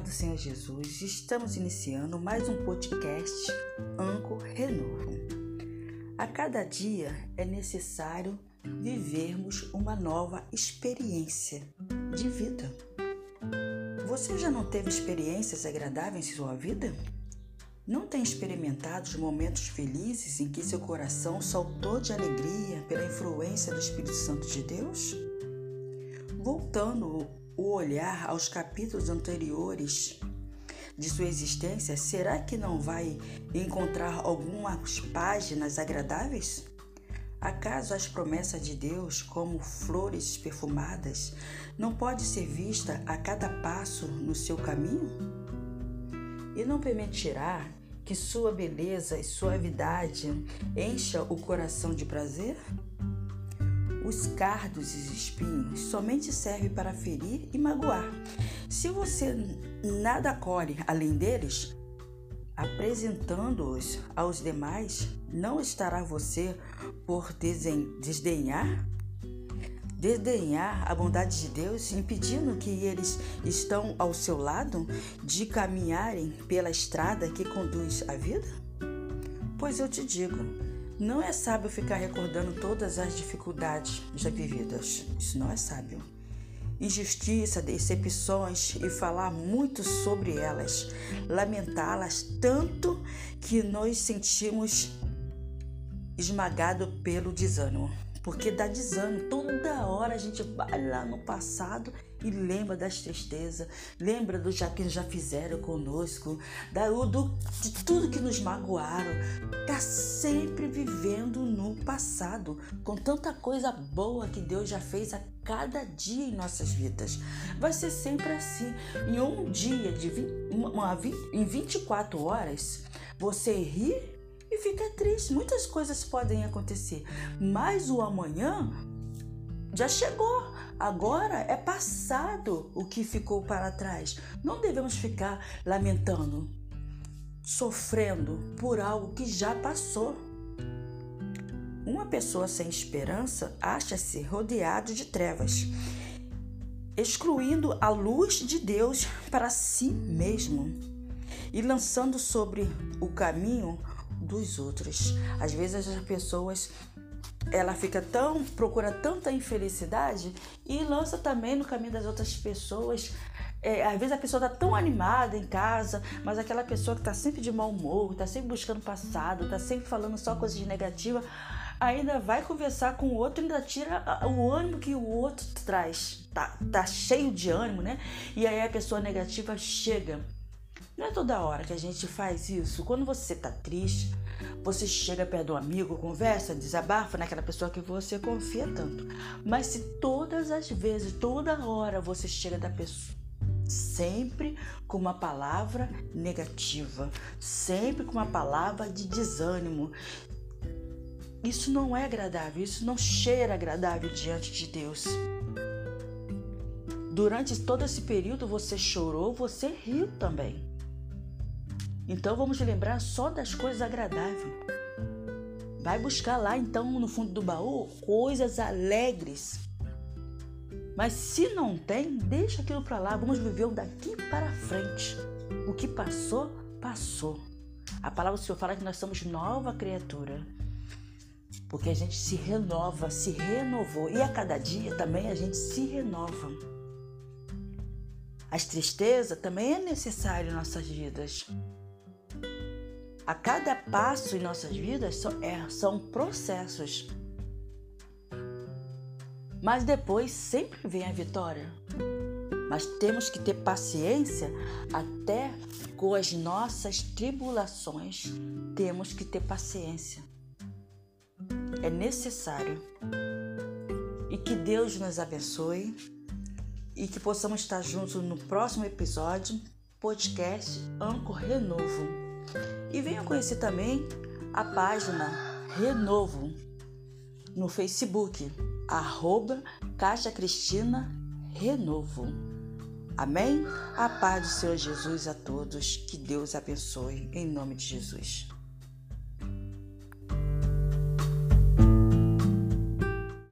do Senhor Jesus, estamos iniciando mais um podcast Anco Renovo. A cada dia é necessário vivermos uma nova experiência de vida. Você já não teve experiências agradáveis em sua vida? Não tem experimentado os momentos felizes em que seu coração saltou de alegria pela influência do Espírito Santo de Deus? Voltando o olhar aos capítulos anteriores de sua existência, será que não vai encontrar algumas páginas agradáveis? Acaso as promessas de Deus, como flores perfumadas, não pode ser vista a cada passo no seu caminho? E não permitirá que sua beleza e suavidade encha o coração de prazer? Os cardos e espinhos somente servem para ferir e magoar. Se você nada colhe além deles, apresentando-os aos demais, não estará você por desdenhar a bondade de Deus, impedindo que eles estão ao seu lado de caminharem pela estrada que conduz à vida? Pois eu te digo, não é sábio ficar recordando todas as dificuldades já vividas. Isso não é sábio. Injustiça, decepções e falar muito sobre elas, lamentá-las tanto que nos sentimos esmagados pelo desânimo. Porque dá desânimo. Toda hora a gente vai lá no passado e lembra das tristezas, lembra do que já fizeram conosco, de tudo que nos magoaram. Está sempre vivendo no passado, com tanta coisa boa que Deus já fez a cada dia em nossas vidas. Vai ser sempre assim. Em um dia, em 24 horas, você ri e fica triste. Muitas coisas podem acontecer, mas o amanhã já chegou. Agora é passado o que ficou para trás. Não devemos ficar lamentando, sofrendo por algo que já passou. Uma pessoa sem esperança acha-se rodeado de trevas, excluindo a luz de Deus para si mesmo e lançando sobre o caminho dos outros. Às vezes as pessoas procura tanta infelicidade e lança também no caminho das outras pessoas. Às vezes a pessoa está tão animada em casa, mas aquela pessoa que está sempre de mau humor, está sempre buscando passado, está sempre falando só coisas negativas, ainda vai conversar com o outro e ainda tira o ânimo que o outro traz. Tá cheio de ânimo, né? E aí a pessoa negativa chega. Não é toda hora que a gente faz isso. Quando você tá triste, você chega perto do amigo, conversa, desabafa naquela pessoa que você confia tanto. Mas se todas as vezes, toda hora você chega da pessoa sempre com uma palavra negativa, sempre com uma palavra de desânimo, isso não é agradável, isso não cheira agradável diante de Deus. Durante todo esse período você chorou, você riu também. Então vamos lembrar só das coisas agradáveis. Vai buscar lá então no fundo do baú coisas alegres. Mas se não tem, deixa aquilo para lá. Vamos viver o daqui para frente. O que passou, passou. A palavra do Senhor fala que nós somos nova criatura. Porque a gente se renova, se renovou. E a cada dia também a gente se renova. As tristezas também é necessário em nossas vidas. A cada passo em nossas vidas são processos. Mas depois sempre vem a vitória. Mas temos que ter paciência até com as nossas tribulações. Temos que ter paciência. É necessário. E que Deus nos abençoe. E que possamos estar juntos no próximo episódio, podcast Anco Renovo. E venha conhecer também a página Renovo no Facebook, @Caixa Cristina Renovo. Amém? A paz do Senhor Jesus a todos. Que Deus abençoe, em nome de Jesus.